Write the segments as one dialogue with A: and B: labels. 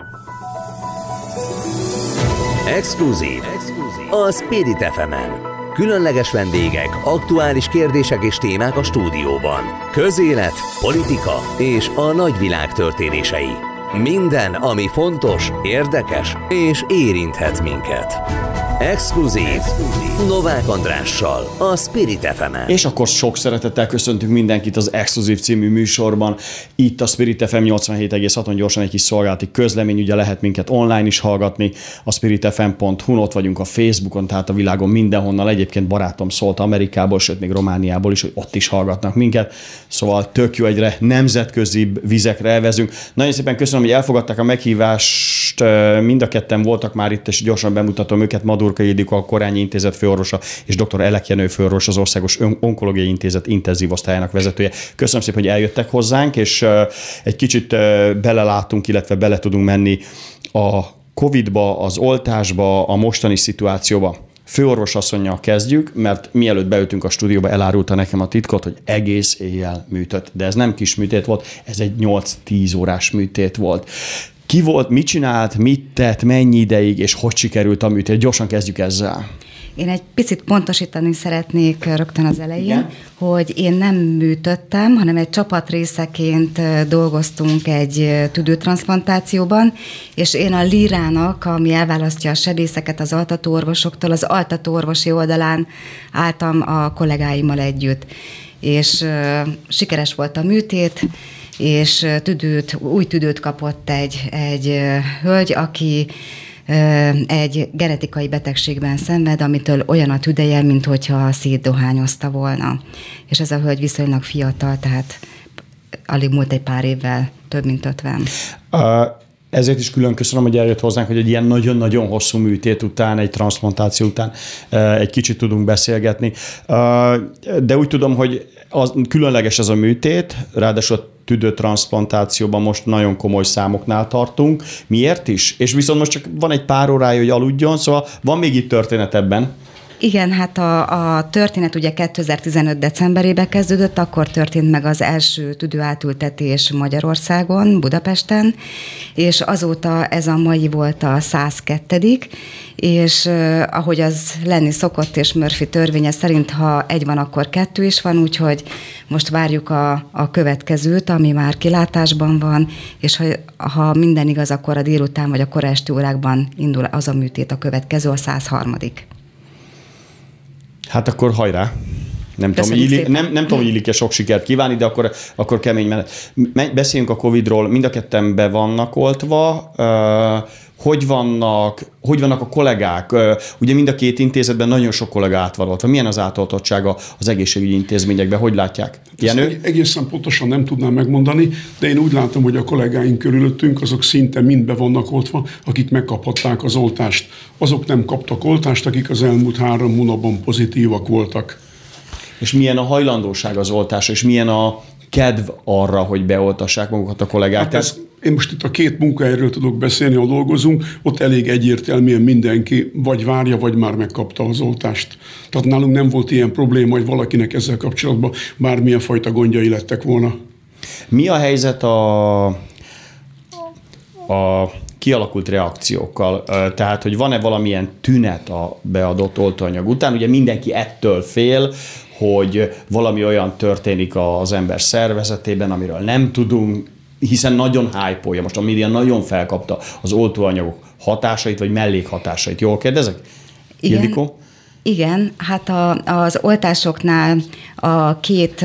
A: Exkluzív. A Spirit FM-en. Különleges vendégek, aktuális kérdések és témák a stúdióban. Közélet, politika és a nagyvilág történései. Minden, ami fontos, érdekes és érinthet minket. Exkluzív. Novák Andrással, a Spirit FM-en.
B: És akkor sok szeretettel köszöntünk mindenkit az Exkluzív című műsorban. Itt a Spirit FM 87,6-on gyorsan egy kis szolgálati közlemény, ugye lehet minket online is hallgatni, a spiritfm.hu-n, ott vagyunk a Facebookon, tehát a világon mindenhonnan. Egyébként barátom szólt Amerikából, sőt még Romániából is, hogy ott is hallgatnak minket. Szóval tök jó, egyre nemzetközibb vizekre elvezünk. Nagyon szépen köszönöm, hogy elfogadták a meghívást. Mind a ketten voltak már itt, és gyorsan bemutatom őket. Madurkai Ildikó, a Korányi Intézet főorvosa, és dr. Elek Jenő főorvos, az Országos Onkológiai Intézet intenzív osztályának vezetője. Köszönöm szépen, hogy eljöttek hozzánk, és egy kicsit belelátunk, illetve bele tudunk menni a Covid-ba, az oltásba, a mostani szituációba. Főorvos asszonnyal kezdjük, mert mielőtt beültünk a stúdióba, elárulta nekem a titkot, hogy egész éjjel műtött. De ez nem kis műtét volt, ez egy 8-10 órás műtét volt. Ki volt, mit csinált, mit tett, mennyi ideig, és hogy sikerült a műtét? Gyorsan kezdjük ezzel.
C: Én egy picit pontosítani szeretnék rögtön az elején,
B: Igen?
C: hogy én nem műtöttem, hanem egy csapatrészeként dolgoztunk egy tüdőtranszplantációban, és én a lírának, ami elválasztja a sebészeket az altatóorvosoktól, az altatóorvosi oldalán álltam a kollégáimmal együtt. És sikeres volt a műtét, és új tüdőt kapott egy hölgy, aki egy genetikai betegségben szenved, amitől olyan a tüdeje, mint hogyha szétdohányozta volna. És ez a hölgy viszonylag fiatal, tehát alig múlt egy pár évvel, több mint 50.
B: Ezért is külön köszönöm, hogy eljött hozzánk, hogy egy ilyen nagyon-nagyon hosszú műtét után, egy transzplantáció után egy kicsit tudunk beszélgetni. De úgy tudom, hogy különleges ez a műtét, ráadásul a tüdőtranszplantációban most nagyon komoly számoknál tartunk. Miért is? És viszont most csak van egy pár órája, hogy aludjon, szóval van még itt történet ebben.
C: Igen, hát a történet ugye 2015. decemberében kezdődött, akkor történt meg az első tüdőátültetés Magyarországon, Budapesten, és azóta ez a mai volt a 102., és ahogy az lenni szokott, és Murphy törvénye szerint, ha egy van, akkor 2 is van, úgyhogy most várjuk a következőt, ami már kilátásban van, és ha minden igaz, akkor a délután vagy a kora esti órákban indul az a műtét, a következő, a 103.
B: Hát akkor hajrá! Nem tudom, hogy illik-e sok sikert kívánni, de akkor kemény menet. Beszéljünk a Covid-ról, mind a ketten be vannak oltva. Hogy vannak a kollégák? Ugye mind a két intézetben nagyon sok kollega át van oltva. Milyen az átoltottsága az egészségügyi intézményekben? Hogy látják? Jenő?
D: Egészen pontosan nem tudnám megmondani, de én úgy látom, hogy a kollégáink körülöttünk, azok szinte mind be vannak oltva, akik megkaphatták az oltást. Azok nem kaptak oltást, akik az elmúlt 3 hónapban pozitívak voltak.
B: És milyen a hajlandóság az oltásra, és milyen a kedv arra, hogy beoltassák magukat a kollégák?
D: Hát én most itt a 2 munkahelyről tudok beszélni, ahol dolgozunk, ott elég egyértelműen mindenki vagy várja, vagy már megkapta az oltást. Tehát nálunk nem volt ilyen probléma, hogy valakinek ezzel kapcsolatban bármilyen fajta gondjai lettek volna.
B: Mi a helyzet a kialakult reakciókkal? Tehát, hogy van-e valamilyen tünet a beadott oltóanyag után? Ugye mindenki ettől fél, hogy valami olyan történik az ember szervezetében, amiről nem tudunk, hiszen nagyon hype-olja. Most a média nagyon felkapta az oltóanyagok hatásait, vagy mellékhatásait. Jól kérdezek? Ildikó?
C: Igen, hát az oltásoknál a két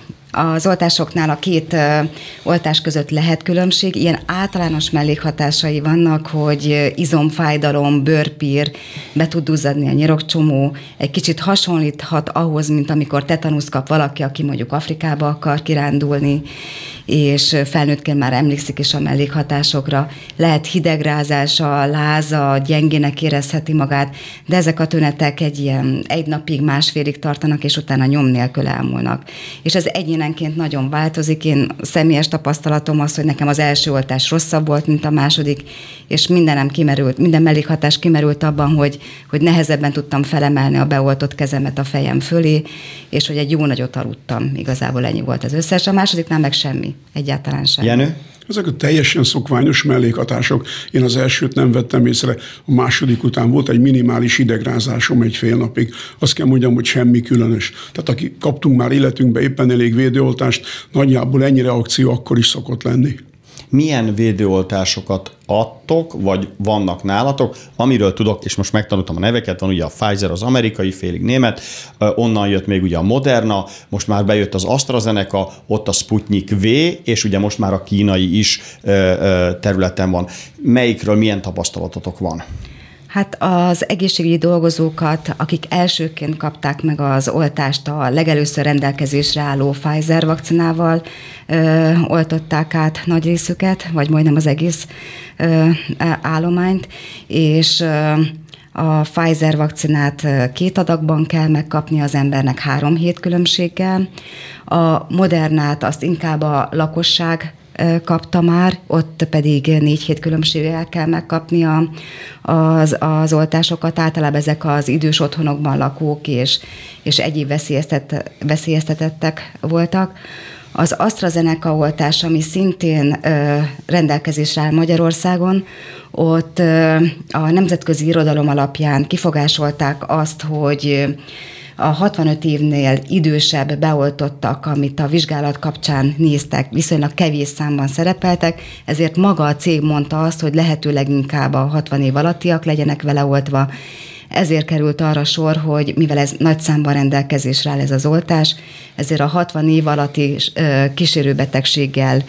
C: oltás között lehet különbség. Ilyen általános mellékhatásai vannak, hogy izomfájdalom, bőrpír, be tud duzzadni a nyirokcsomó. Egy kicsit hasonlíthat ahhoz, mint amikor tetanusz kap valaki, aki mondjuk Afrikába akar kirándulni, és felnőttként már emlékszik is a mellékhatásokra. Lehet hidegrázása, láza, gyengének érezheti magát, de ezek a tünetek egy napig, másfélig tartanak, és utána nyom nélkül elmúlnak. És ez egyénenként nagyon változik. Én személyes tapasztalatom az, hogy nekem az első oltás rosszabb volt, mint a második, és minden mellékhatás kimerült abban, hogy nehezebben tudtam felemelni a beoltott kezemet a fejem fölé, és hogy egy jó nagyot aludtam. Igazából ennyi volt az összes. A másodiknál meg semmi. Egyáltalán semmi.
B: Jenő?
D: Ezek a teljesen szokványos mellékhatások. Én az elsőt nem vettem észre, a második után volt egy minimális idegrázásom egy fél napig. Azt kell mondjam, hogy semmi különös. Tehát aki kaptunk már életünkbe éppen elég védőoltást, nagyjából ennyi reakció akkor is szokott lenni.
B: Milyen védőoltásokat adtok, vagy vannak nálatok, amiről tudok, és most megtanultam a neveket, van ugye a Pfizer, az amerikai, félig német, onnan jött még ugye a Moderna, most már bejött az AstraZeneca, ott a Sputnik V, és ugye most már a kínai is területen van. Melyikről milyen tapasztalatotok van?
C: Hát az egészségügyi dolgozókat, akik elsőként kapták meg az oltást, a legelőször rendelkezésre álló Pfizer vakcinával oltották át nagy részüket, vagy majdnem az egész állományt, és a Pfizer vakcinát 2 adagban kell megkapni az embernek 3 hét különbséggel. A Modernát azt inkább a lakosság kapta már, ott pedig 4 hét különbséggel kell megkapni az oltásokat. Általában ezek az idős otthonokban lakók és egyéb veszélyeztetettek voltak. Az AstraZeneca oltás, ami szintén rendelkezésre áll Magyarországon, ott a nemzetközi irodalom alapján kifogásolták azt, hogy a 65 évnél idősebb beoltottak, amit a vizsgálat kapcsán néztek, viszonylag kevés számban szerepeltek, ezért maga a cég mondta azt, hogy lehetőleg inkább a 60 év alattiak legyenek vele oltva. Ezért került arra sor, hogy mivel ez nagy számban rendelkezésre áll ez az oltás, ezért a 60 év alatti kísérőbetegséggel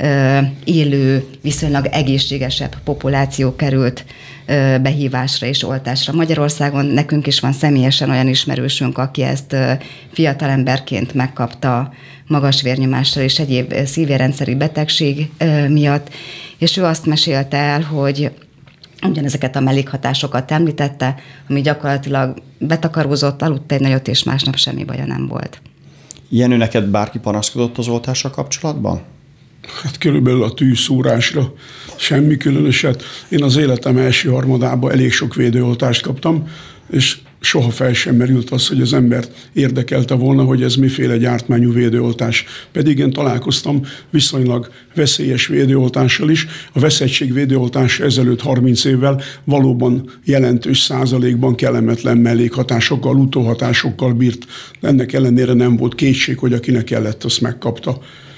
C: élő, viszonylag egészségesebb populáció került behívásra és oltásra. Magyarországon nekünk is van személyesen olyan ismerősünk, aki ezt fiatalemberként megkapta magas vérnyomással és egyéb szívérendszeri betegség miatt, és ő azt mesélte el, hogy ugyanezeket a mellékhatásokat említette, ami gyakorlatilag betakarózott, aludt egy nagyot, és másnap semmi baja nem volt.
B: Jenő, neked bárki panaszkodott az oltással kapcsolatban?
D: Hát körülbelül a tűszúrásra semmi különöset. Én az életem első harmadában elég sok védőoltást kaptam, és soha fel sem merült az, hogy az embert érdekelte volna, hogy ez miféle gyártmányú védőoltás. Pedig én találkoztam viszonylag veszélyes védőoltással is. A veszettség védőoltása ezelőtt 30 évvel valóban jelentős százalékban kellemetlen mellékhatásokkal, utóhatásokkal bírt. Ennek ellenére nem volt kétség, hogy akinek kellett, azt megkapta.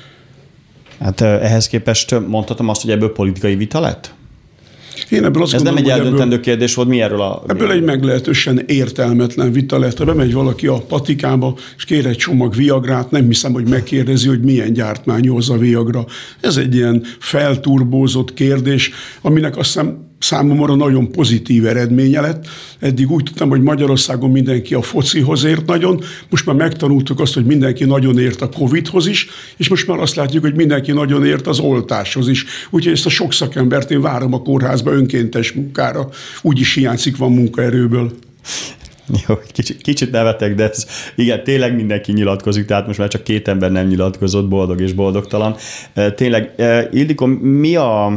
B: Hát ehhez képest mondhatom azt, hogy ebből politikai vita lett?
D: Én ebből azt
B: ez
D: gondolom,
B: nem egy eldöntendő kérdés volt, mi erről
D: ebből egy meglehetősen értelmetlen vita lett. Ha bemegy valaki a patikába, és kér egy csomag Viagrát, nem hiszem, hogy megkérdezi, hogy milyen gyártmányú az a Viagra. Ez egy ilyen felturbózott kérdés, aminek azt hiszem számomra nagyon pozitív eredménye lett. Eddig úgy tudtam, hogy Magyarországon mindenki a focihoz ért nagyon, most már megtanultuk azt, hogy mindenki nagyon ért a Covidhoz is, és most már azt látjuk, hogy mindenki nagyon ért az oltáshoz is. Úgyhogy ezt a sok szakembert én várom a kórházba önkéntes munkára. Úgyis hiányzik van munkaerőből.
B: Jó, kicsit nevetek, de ez, igen, tényleg mindenki nyilatkozik, tehát most már csak 2 ember nem nyilatkozott, boldog és boldogtalan. Tényleg, Ildikó, mi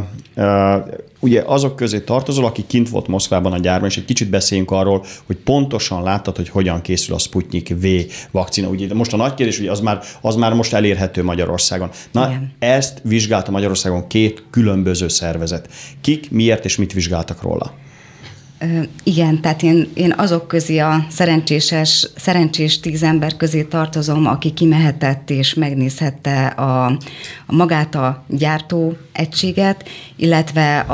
B: ugye azok közé tartozol, aki kint volt Moszkvában a gyárban, és egy kicsit beszéljünk arról, hogy pontosan láttad, hogy hogyan készül a Sputnik V vakcina. Ugye most a nagy kérdés, hogy az már most elérhető Magyarországon. Na, igen. Ezt vizsgálta Magyarországon 2 különböző szervezet. Kik, miért és mit vizsgáltak róla?
C: Igen, tehát én azok közé a szerencsés 10 ember közé tartozom, aki kimehetett és megnézhette magát a gyártó egységet, illetve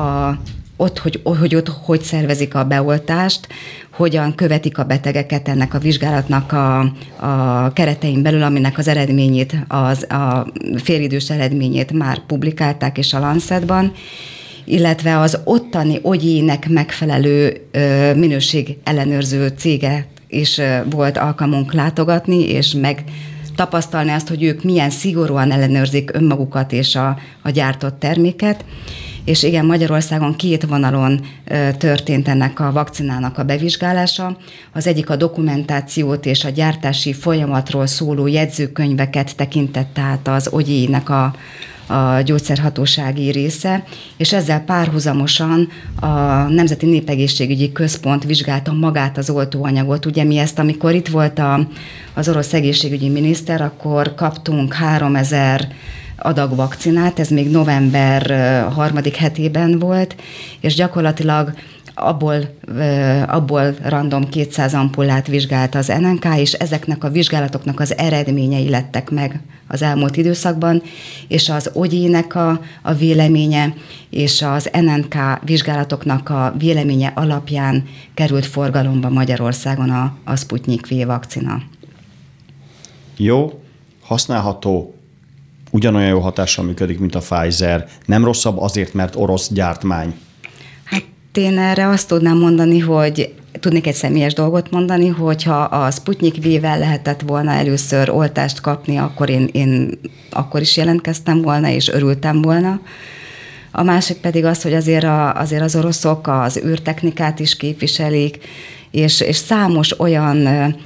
C: hogy szervezik a beoltást, hogyan követik a betegeket ennek a vizsgálatnak a keretein belül, aminek az eredményét, a félidős eredményét már publikálták és a Lancetban, illetve az ottani OGI-nek megfelelő minőség ellenőrző céget is volt alkalmunk látogatni, és megtapasztalni azt, hogy ők milyen szigorúan ellenőrzik önmagukat és a gyártott terméket. És igen, Magyarországon 2 vonalon történt ennek a vakcinának a bevizsgálása. Az egyik a dokumentációt és a gyártási folyamatról szóló jegyzőkönyveket tekintette át az OGI-nek a gyógyszerhatósági része, és ezzel párhuzamosan a Nemzeti Népegészségügyi Központ vizsgálta magát az oltóanyagot. Ugye mi ezt, amikor itt volt az orosz egészségügyi miniszter, akkor kaptunk 3000 adag vakcinát, ez még november 3. hetében volt, és gyakorlatilag abból random 200 ampullát vizsgált az NNK, és ezeknek a vizsgálatoknak az eredményei lettek meg az elmúlt időszakban, és az OGI-nek a véleménye, és az NNK vizsgálatoknak a véleménye alapján került forgalomba Magyarországon a Sputnik V vakcina.
B: Jó, használható, ugyanolyan jó hatással működik, mint a Pfizer. Nem rosszabb azért, mert orosz gyártmány.
C: Hát én erre azt tudnám mondani, hogy tudnék egy személyes dolgot mondani, hogyha a Sputnik V-vel lehetett volna először oltást kapni, akkor én akkor is jelentkeztem volna, és örültem volna. A másik pedig az, hogy azért az oroszok az űrtechnikát is képviselik, és számos olyan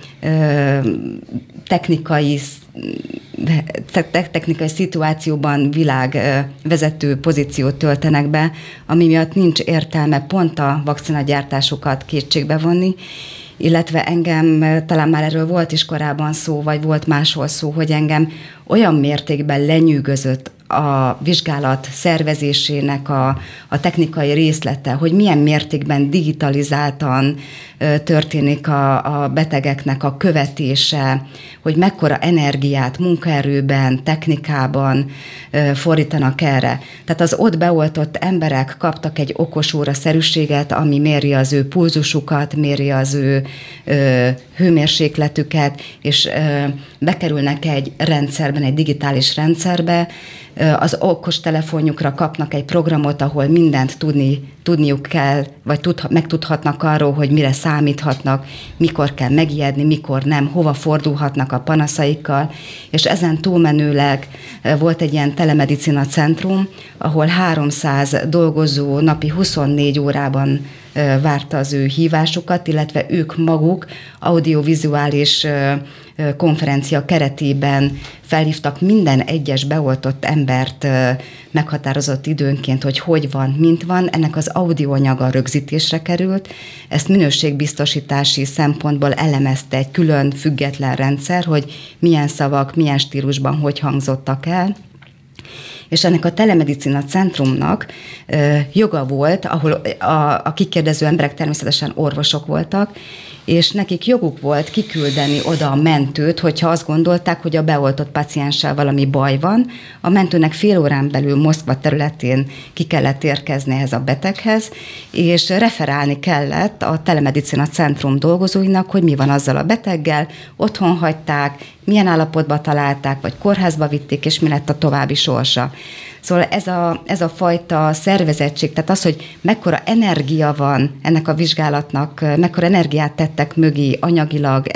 C: technikai szituációban világvezető pozíciót töltenek be, ami miatt nincs értelme pont a vakcinagyártásukat kétségbe vonni, illetve engem, talán már erről volt is korábban szó, vagy volt máshol szó, hogy engem olyan mértékben lenyűgözött a vizsgálat szervezésének a technikai részlete, hogy milyen mértékben digitalizáltan történik a betegeknek a követése, hogy mekkora energiát munkaerőben, technikában fordítanak erre. Tehát az ott beoltott emberek kaptak egy okosóra-szerűséget, ami méri az ő pulzusukat, méri az ő hőmérsékletüket, és bekerülnek egy rendszerben, egy digitális rendszerbe, az okostelefonjukra kapnak egy programot, ahol mindent tudniuk kell, vagy megtudhatnak arról, hogy mire számíthatnak, mikor kell megijedni, mikor nem, hova fordulhatnak a panaszaikkal, és ezen túlmenőleg volt egy ilyen telemedicina centrum, ahol 300 dolgozó napi 24 órában várta az ő hívásukat, illetve ők maguk audiovizuális konferencia keretében felhívtak minden egyes beoltott embert meghatározott időnként, hogy van, mint van. Ennek az audioanyaga rögzítésre került. Ezt minőségbiztosítási szempontból elemezte egy külön független rendszer, hogy milyen szavak, milyen stílusban, hogy hangzottak el. És ennek a telemedicina centrumnak joga volt, ahol a kikérdező emberek természetesen orvosok voltak, és nekik joguk volt kiküldeni oda a mentőt, hogyha azt gondolták, hogy a beoltott pacienssel valami baj van. A mentőnek fél órán belül Moszkva területén ki kellett érkezni ehhez a beteghez, és referálni kellett a telemedicina centrum dolgozóinak, hogy mi van azzal a beteggel, otthon hagyták, milyen állapotba találták, vagy kórházba vitték, és mi lett a további sorsa. Szóval ez a fajta szervezettség, tehát az, hogy mekkora energia van ennek a vizsgálatnak, mekkora energiát tettek mögé anyagilag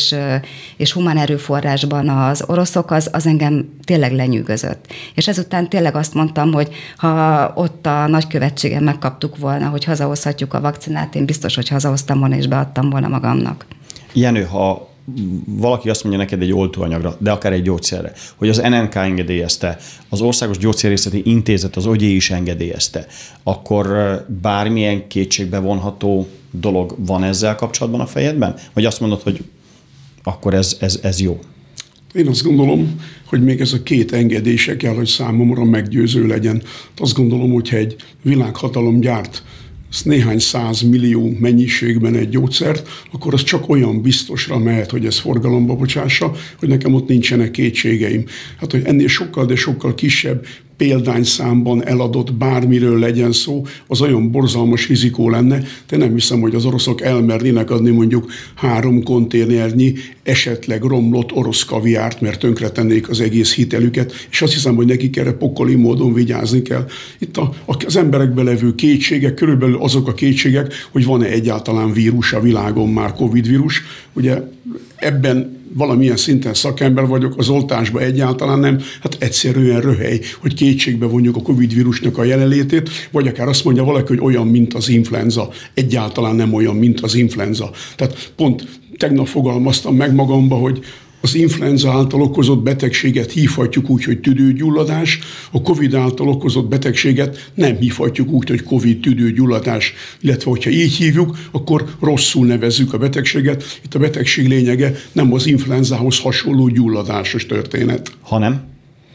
C: és humán erőforrásban az oroszok, az engem tényleg lenyűgözött. És ezután tényleg azt mondtam, hogy ha ott a nagykövetségen megkaptuk volna, hogy hazahozhatjuk a vakcinát, én biztos, hogy hazahoztam volna és beadtam volna magamnak.
B: Jenő, ha valaki azt mondja neked egy oltóanyagra, de akár egy gyógyszerre, hogy az NNK engedélyezte, az Országos Gyógyszerészeti Intézet, az OGI is engedélyezte, akkor bármilyen kétségbe vonható dolog van ezzel kapcsolatban a fejedben? Vagy azt mondod, hogy akkor ez jó?
D: Én azt gondolom, hogy még ez a két engedély se kell, hogy számomra meggyőző legyen. Azt gondolom, hogyha egy világhatalom gyárt néhány 100 millió mennyiségben egy gyógyszert, akkor az csak olyan biztosra mehet, hogy ez forgalomba bocsássa, hogy nekem ott nincsenek kétségeim. Hát, hogy ennél sokkal, de sokkal kisebb példányszámban eladott bármiről legyen szó, az olyan borzalmas rizikó lenne, de nem hiszem, hogy az oroszok elmernének adni mondjuk 3 konténernyi esetleg romlott orosz kaviárt, mert tönkretennék az egész hitelüket, és azt hiszem, hogy nekik erre pokoli módon vigyázni kell. Itt az emberekben levő kétségek, körülbelül azok a kétségek, hogy van-e egyáltalán vírus a világon, már Covid vírus. Ugye ebben valamilyen szinten szakember vagyok, az oltásban egyáltalán nem, hát egyszerűen röhely, hogy kétségbe vonjuk a Covid vírusnak a jelenlétét, vagy akár azt mondja valaki, hogy olyan, mint az influenza. Egyáltalán nem olyan, mint az influenza. Tehát pont tegnap fogalmaztam meg magamba, hogy az influenza által okozott betegséget hívhatjuk úgy, hogy tüdőgyulladás, a Covid által okozott betegséget nem hívhatjuk úgy, hogy Covid tüdőgyulladás, illetve hogyha így hívjuk, akkor rosszul nevezzük a betegséget. Itt a betegség lényege nem az influenzához hasonló gyulladásos történet.
B: Hanem?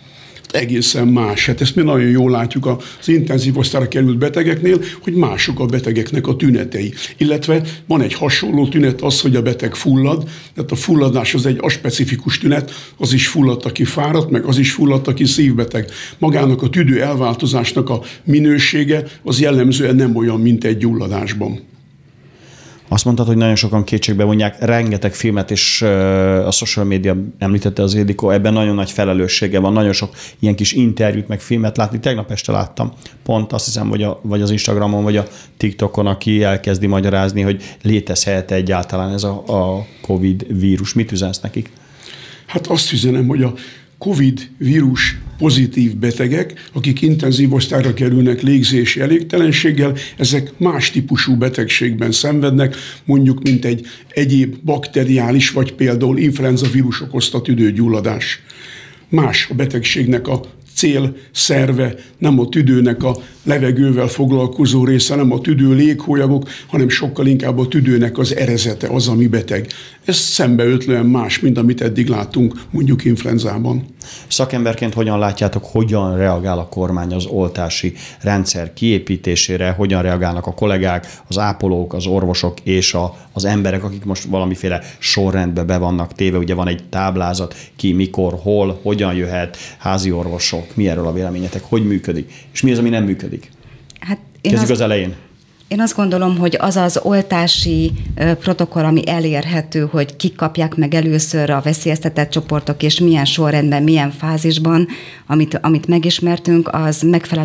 D: egészen más. Hát ezt mi nagyon jól látjuk az intenzív osztályra került betegeknél, hogy mások a betegeknek a tünetei. Illetve van egy hasonló tünet az, hogy a beteg fullad, tehát a fulladás az egy aspecifikus tünet, az is fulladt, aki fáradt, meg az is fulladt, aki szívbeteg. Magának a tüdő elváltozásnak a minősége az jellemzően nem olyan, mint egy gyulladásban.
B: Azt mondtad, hogy nagyon sokan kétségbe vonják, rengeteg filmet, és a social media említette az Ildikó, ebben nagyon nagy felelőssége van, nagyon sok ilyen kis interjút, meg filmet látni. Tegnap este láttam, pont azt hiszem, vagy az Instagramon, vagy a TikTokon, aki elkezdi magyarázni, hogy létezhet egyáltalán ez a Covid vírus. Mit üzensz nekik?
D: Hát azt üzenem, hogy a Covid vírus pozitív betegek, akik intenzív osztályra kerülnek légzési elégtelenséggel, ezek más típusú betegségben szenvednek, mondjuk mint egy egyéb bakteriális, vagy például influenza vírus okozta tüdőgyulladás. Más a betegségnek a célszerve, nem a tüdőnek a levegővel foglalkozó része, nem a tüdő léghólyagok, hanem sokkal inkább a tüdőnek az erezete az, ami beteg. Ez szembeötlően más, mint amit eddig láttunk mondjuk influenzában.
B: Szakemberként hogyan látjátok, hogyan reagál a kormány az oltási rendszer kiépítésére, hogyan reagálnak a kollégák, az ápolók, az orvosok és az emberek, akik most valamiféle sorrendbe be vannak téve, ugye van egy táblázat, ki, mikor, hol, hogyan jöhet, házi orvosok, mi erről a véleményetek, hogy működik, és mi az, ami nem működik?
C: Hát
B: kezdjük az elején.
C: Én azt gondolom, hogy az az oltási protokoll, ami elérhető, hogy kik kapják meg először a veszélyeztetett csoportok, és milyen sorrendben, milyen fázisban, amit megismertünk, az megfelel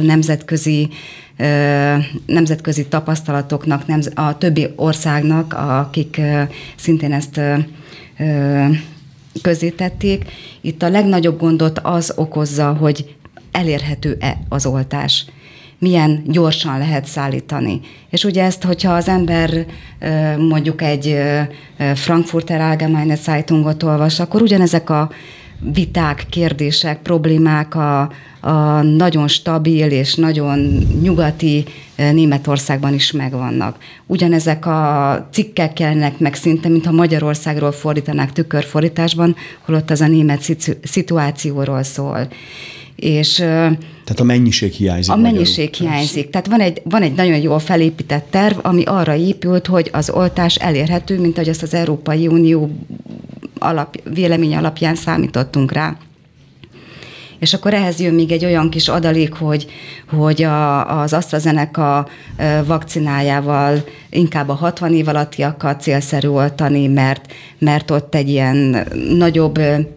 C: nemzetközi tapasztalatoknak, a többi országnak, akik szintén ezt közzétették. Itt a legnagyobb gondot az okozza, hogy elérhető-e az oltás. Milyen gyorsan lehet szállítani. És ugye ezt, hogyha az ember mondjuk egy Frankfurter Allgemeine Zeitungot olvas, akkor ugyanezek a viták, kérdések, problémák a nagyon stabil és nagyon nyugati Németországban is megvannak. Ugyanezek a cikkek jelennek meg szinte, mintha Magyarországról fordítanák tükörfordításban, holott az a német szituációról szól.
B: Tehát a mennyiség hiányzik.
C: A mennyiség hiányzik. Tehát van egy nagyon jól felépített terv, ami arra épült, hogy az oltás elérhető, mint ahogy azt az Európai Unió vélemény alapján számítottunk rá. És akkor ehhez jön még egy olyan kis adalék, hogy az AstraZeneca vakcinájával inkább a 60 év alattiakat célszerű oltani, mert ott egy ilyen nagyobb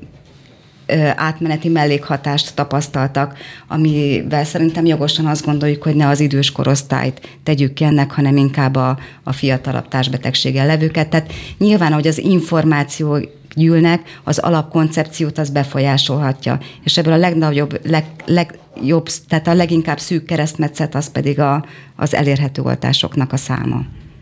C: átmeneti mellékhatást tapasztaltak, amivel szerintem jogosan azt gondoljuk, hogy ne az idős korosztályt tegyük ki ennek, hanem inkább a fiatalabb társbetegséggel levőket. Tehát nyilván, hogy az információ gyűlnek, az alapkoncepciót az befolyásolhatja. És ebből a legjobb, tehát a leginkább szűk keresztmetszet az pedig az elérhető oltásoknak a száma.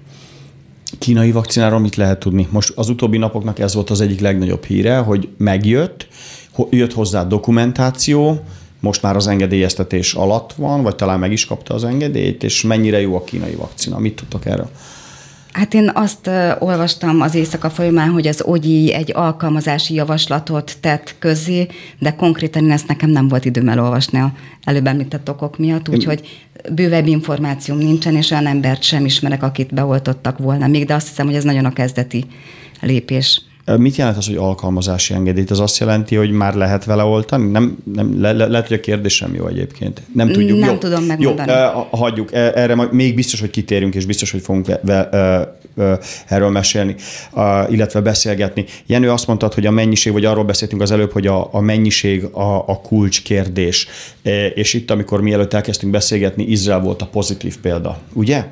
B: Kínai vakcináról mit lehet tudni? Most az utóbbi napoknak ez volt az egyik legnagyobb híre, hogy jött hozzá dokumentáció, most már az engedélyeztetés alatt van, vagy talán meg is kapta az engedélyt, és mennyire jó a kínai vakcina? Mit tudtok erről?
C: Hát én azt olvastam az éjszaka folyamán, hogy az OGI egy alkalmazási javaslatot tett közzé, de konkrétan ezt nekem nem volt időm elolvasni előbb említett okok miatt, úgyhogy bővebb információm nincsen, és olyan embert sem ismerek, akit beoltottak volna még, de azt hiszem, hogy ez nagyon a kezdeti lépés.
B: Mit jelent az, hogy alkalmazási engedélyt? Az azt jelenti, hogy már lehet vele oltani? Lehet, hogy a kérdés sem jó egyébként. Nem tudjuk.
C: Nem tudom megmondani.
B: Jó, hagyjuk. Erre még biztos, hogy kitérünk, és biztos, hogy fogunk erről mesélni, illetve beszélgetni. Jenő, azt mondtad, hogy a mennyiség, vagy arról beszéltünk az előbb, hogy a mennyiség a kulcskérdés. És itt, amikor mielőtt elkezdtünk beszélgetni, Izrael volt a pozitív példa. Ugye?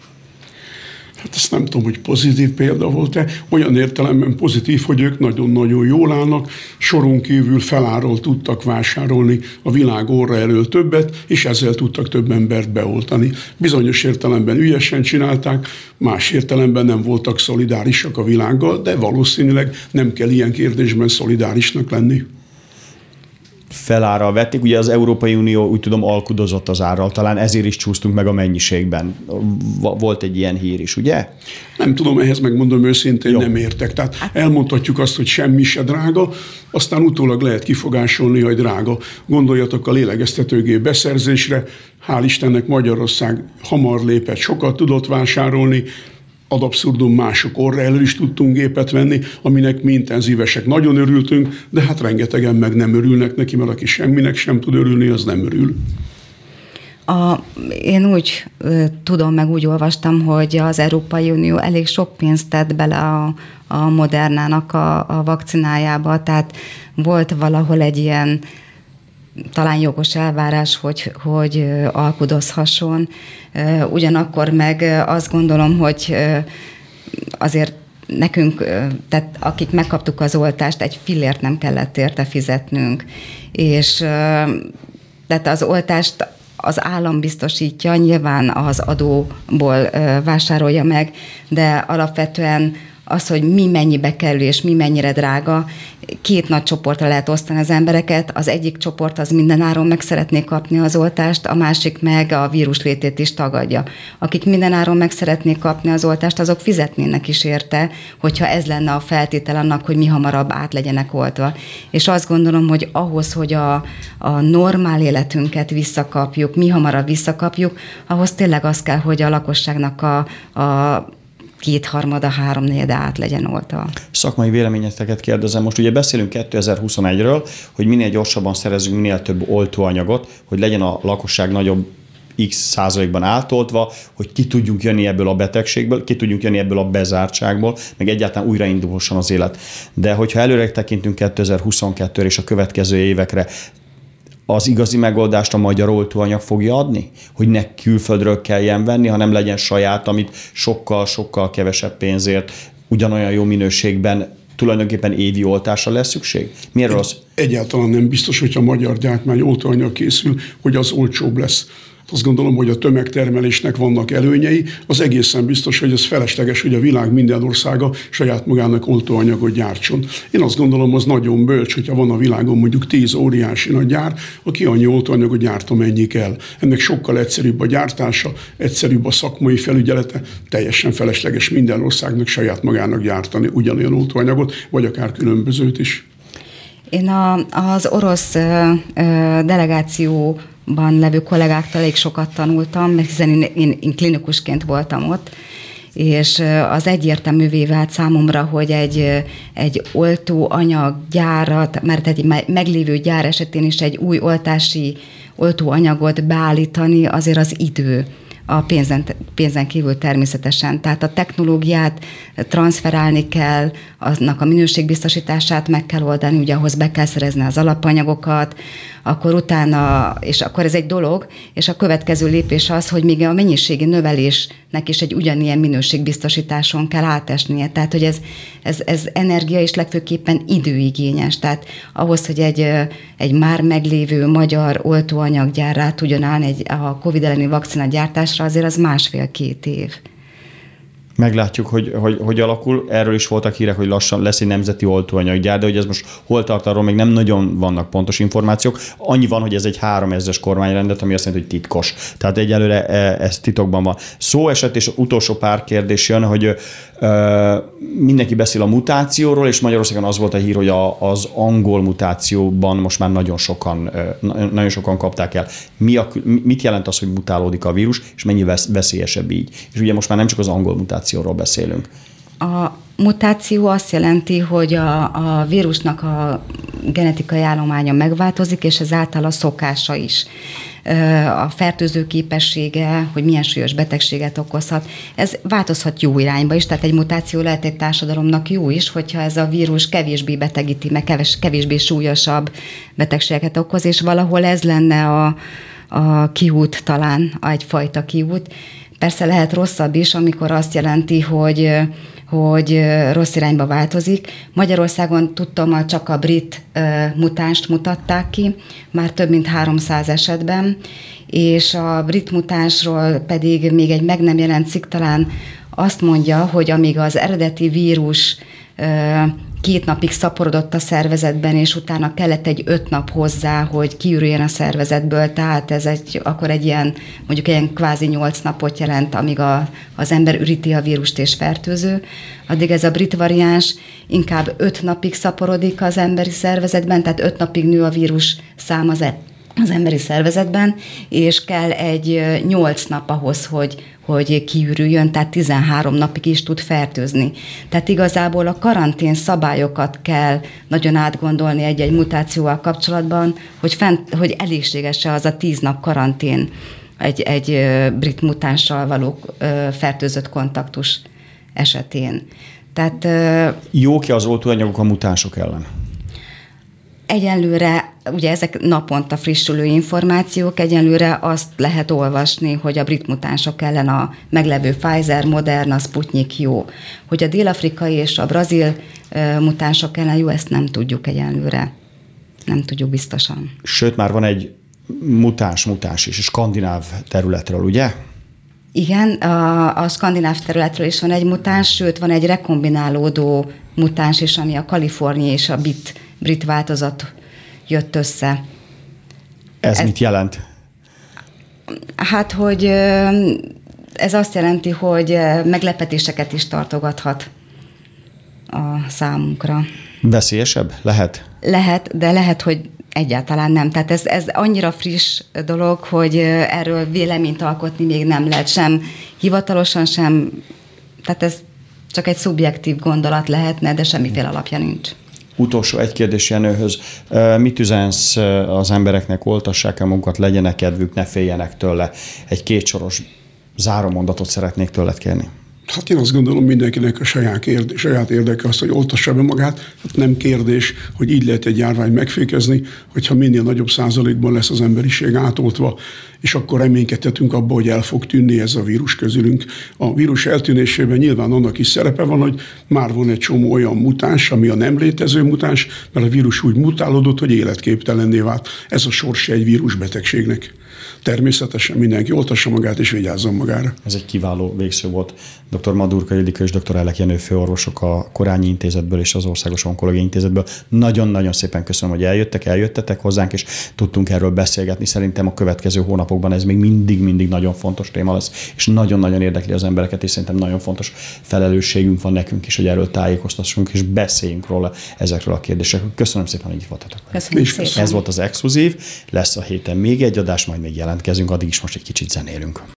D: Hát ezt nem tudom, hogy pozitív példa volt-e. Olyan értelemben pozitív, hogy ők nagyon-nagyon jól állnak, soron kívül feláról tudtak vásárolni a világ orra elől többet, és ezzel tudtak több embert beoltani. Bizonyos értelemben ügyesen csinálták, más értelemben nem voltak szolidárisak a világgal, de valószínűleg nem kell ilyen kérdésben szolidárisnak lenni.
B: felárral vették. Ugye az Európai Unió, úgy tudom, alkudozott az árral, talán ezért is csúsztunk meg a mennyiségben. Volt egy ilyen hír is, ugye?
D: Nem tudom, ehhez megmondom őszintén, nem értek. Tehát elmondhatjuk azt, hogy semmi se drága, aztán utólag lehet kifogásolni, hogy drága. Gondoljatok a lélegeztetőgép beszerzésre. Hál' Istennek Magyarország hamar lépett, sokat tudott vásárolni, ad abszurdum mások orra elő is tudtunk gépet venni, aminek mi intenzívesek nagyon örültünk, de hát rengetegen meg nem örülnek neki, mert aki semminek sem tud örülni, az nem örül.
C: Én úgy tudom, meg úgy olvastam, hogy az Európai Unió elég sok pénzt tett bele a Modernának a vakcinájába, tehát volt valahol egy ilyen talán jogos elvárás, hogy alkudozhasson. Ugyanakkor meg azt gondolom, hogy azért nekünk, tehát akik megkaptuk az oltást, egy fillért nem kellett érte fizetnünk. És tehát az oltást az állam biztosítja, nyilván az adóból vásárolja meg, de alapvetően az, hogy mi mennyibe kerül és mi mennyire drága, két nagy csoportra lehet osztani az embereket. Az egyik csoport az mindenáron meg szeretné kapni az oltást, a másik meg a vírus létét is tagadja. Akik mindenáron meg szeretnék kapni az oltást, azok fizetnének is érte, hogyha ez lenne a feltétel annak, hogy mi hamarabb át legyenek oltva. És azt gondolom, hogy ahhoz, hogy a normál életünket visszakapjuk, mi hamarabb visszakapjuk, ahhoz tényleg az kell, hogy a lakosságnak a 2/3, 3/4 át legyen oltva.
B: Szakmai véleményeteket kérdezem. Most ugye beszélünk 2021-ről, hogy minél gyorsabban szerezzünk minél több oltóanyagot, hogy legyen a lakosság nagyobb x% átoltva, hogy ki tudjunk jönni ebből a betegségből, ki tudjunk jönni ebből a bezártságból, meg egyáltalán újraindulhasson az élet. De hogyha előre tekintünk 2022-re és a következő évekre, az igazi megoldást a magyar oltóanyag fogja adni? Hogy ne külföldről kelljen venni, hanem legyen saját, amit sokkal-sokkal kevesebb pénzért, ugyanolyan jó minőségben tulajdonképpen évi oltásra lesz szükség? Miért az?
D: Egyáltalán nem biztos, hogyha a magyar gyártmány oltóanyag készül, hogy az olcsóbb lesz. Azt gondolom, hogy a tömegtermelésnek vannak előnyei. Az egészen biztos, hogy ez felesleges, hogy a világ minden országa saját magának oltóanyagot gyártson. Én azt gondolom, az nagyon bölcs, hogyha van a világon mondjuk 10 óriási nagy gyár, aki annyi oltóanyagot gyárt, amennyi kell. Ennek sokkal egyszerűbb a gyártása, egyszerűbb a szakmai felügyelete, teljesen felesleges minden országnak saját magának gyártani ugyanolyan oltóanyagot, vagy akár különbözőt is.
C: Én az orosz delegációban levő kollégáktól elég sokat tanultam, mert hiszen én klinikusként voltam ott, és az egyértelművé vált számomra, hogy egy oltóanyaggyárat, mert egy meglévő gyár esetén is egy új oltóanyagot beállítani, azért az idő. A pénzen kívül természetesen. Tehát a technológiát transferálni kell, aznak a minőségbiztosítását meg kell oldani, ugye ahhoz be kell szerezni az alapanyagokat, akkor utána, és akkor ez egy dolog, és a következő lépés az, hogy még a mennyiségi növelésnek is egy ugyanilyen minőségbiztosításon kell átesnie. Tehát, hogy ez energia és legfőképpen időigényes. Tehát ahhoz, hogy egy már meglévő magyar oltóanyaggyár rá tudjon állni a COVID elleni vakcina gyártásra, azért az 1,5-2 év.
B: Meglátjuk, hogy alakul. Erről is voltak hírek, hogy lassan lesz egy nemzeti oltóanyaggyár, de hogy ez most hol tart, arról még nem nagyon vannak pontos információk. Annyi van, hogy ez egy 3000-es kormányrendet, ami azt jelenti, hogy titkos. Tehát egyelőre ez titokban van. Szó esett, és utolsó pár kérdés jön, hogy mindenki beszél a mutációról, és Magyarországon az volt a hír, hogy az angol mutációban most már nagyon sokan kapták el. Mit jelent az, hogy mutálódik a vírus, és mennyi veszélyesebb így? És ugye most már nem csak az angol mutációról beszélünk.
C: A mutáció azt jelenti, hogy a vírusnak a genetikai állománya megváltozik, és ezáltal a szokása is. A fertőző képessége, hogy milyen súlyos betegséget okozhat, ez változhat jó irányba is, tehát egy mutáció lehet egy társadalomnak jó is, hogyha ez a vírus kevésbé betegíti, meg kevésbé súlyosabb betegségeket okoz, és valahol ez lenne a kiút, talán egyfajta kiút. Persze lehet rosszabb is, amikor azt jelenti, hogy rossz irányba változik. Magyarországon tudtommal csak a brit mutánst mutatták ki, már több mint 300 esetben, és a brit mutánsról pedig még egy meg nem jelent cikk talán azt mondja, hogy amíg az eredeti vírus 2 napig szaporodott a szervezetben, és utána kellett egy 5 nap hozzá, hogy kiürüljön a szervezetből, tehát ez akkor egy ilyen, mondjuk ilyen kvázi 8 napot jelent, amíg az ember üríti a vírust és fertőző. Addig ez a brit variáns inkább 5 napig szaporodik az emberi szervezetben, tehát 5 napig nő a vírus szám az emberi szervezetben, és kell egy 8 nap ahhoz, hogy kiürüljön, tehát 13 napig is tud fertőzni. Tehát igazából a karantén szabályokat kell nagyon átgondolni egy-egy mutációval kapcsolatban, hogy elégséges-e az a 10 nap karantén egy brit mutánssal való fertőzött kontaktus esetén. Tehát,
B: jók-e az oltóanyagok a mutánsok ellen?
C: Egyenlőre, ugye ezek naponta frissülő információk, egyenlőre azt lehet olvasni, hogy a brit mutánsok ellen a meglevő Pfizer, Moderna, Sputnik jó. Hogy a dél-afrikai és a brazil mutánsok ellen jó, ezt nem tudjuk egyenlőre. Nem tudjuk biztosan.
B: Sőt, már van egy mutáns is, skandináv területről, ugye?
C: Igen, a skandináv területről is van egy mutáns, sőt, van egy rekombinálódó mutáns is, ami a kaliforniai és a brit változat jött össze.
B: Ez mit jelent?
C: Hát, hogy ez azt jelenti, hogy meglepetéseket is tartogathat a számunkra.
B: Veszélyesebb? Lehet?
C: Lehet, de lehet, hogy egyáltalán nem. Tehát ez annyira friss dolog, hogy erről véleményt alkotni még nem lehet sem hivatalosan, sem. Tehát ez csak egy szubjektív gondolat lehetne, de semmiféle alapja nincs.
B: Utolsó egy kérdés Jenőhöz. Mit üzensz az embereknek, oltassák el magukat, legyenek kedvük, ne féljenek tőle? Egy 2 soros zárómondatot szeretnék tőled kérni.
D: Hát én azt gondolom, mindenkinek a saját érdeke az, hogy oltassa be magát. Hát nem kérdés, hogy így lehet egy járványt megfékezni, hogyha minél nagyobb százalékban lesz az emberiség átoltva, és akkor reménykedhetünk abba, hogy el fog tűnni ez a vírus közülünk. A vírus eltűnésében nyilván annak is szerepe van, hogy már van egy csomó olyan mutáns, ami a nem létező mutáns, mert a vírus úgy mutálódott, hogy életképtelenné vált. Ez a sorsa egy vírusbetegségnek. Természetesen mindenki oltassa magát és vigyázzon magára.
B: Ez egy kiváló végszó volt. Dr. Madurka Ildikó és dr. Elek Jenő főorvosok a Korányi Intézetből és az Országos Onkológiai Intézetből. Nagyon-nagyon szépen köszönöm, hogy eljöttetek hozzánk, és tudtunk erről beszélgetni. Szerintem a következő hónapokban ez még mindig nagyon fontos téma lesz, és nagyon-nagyon érdekli az embereket, és szerintem nagyon fontos felelősségünk van nekünk is, hogy erről tájékoztassunk, és beszéljünk róla ezekről a kérdésekről. Köszönöm szépen, hogy itt voltatok.
C: Köszönöm szépen.
B: Ez volt az Exkluzív, lesz a héten még egy adás, majd még jelentkezünk, addig is most egy kicsit zenélünk.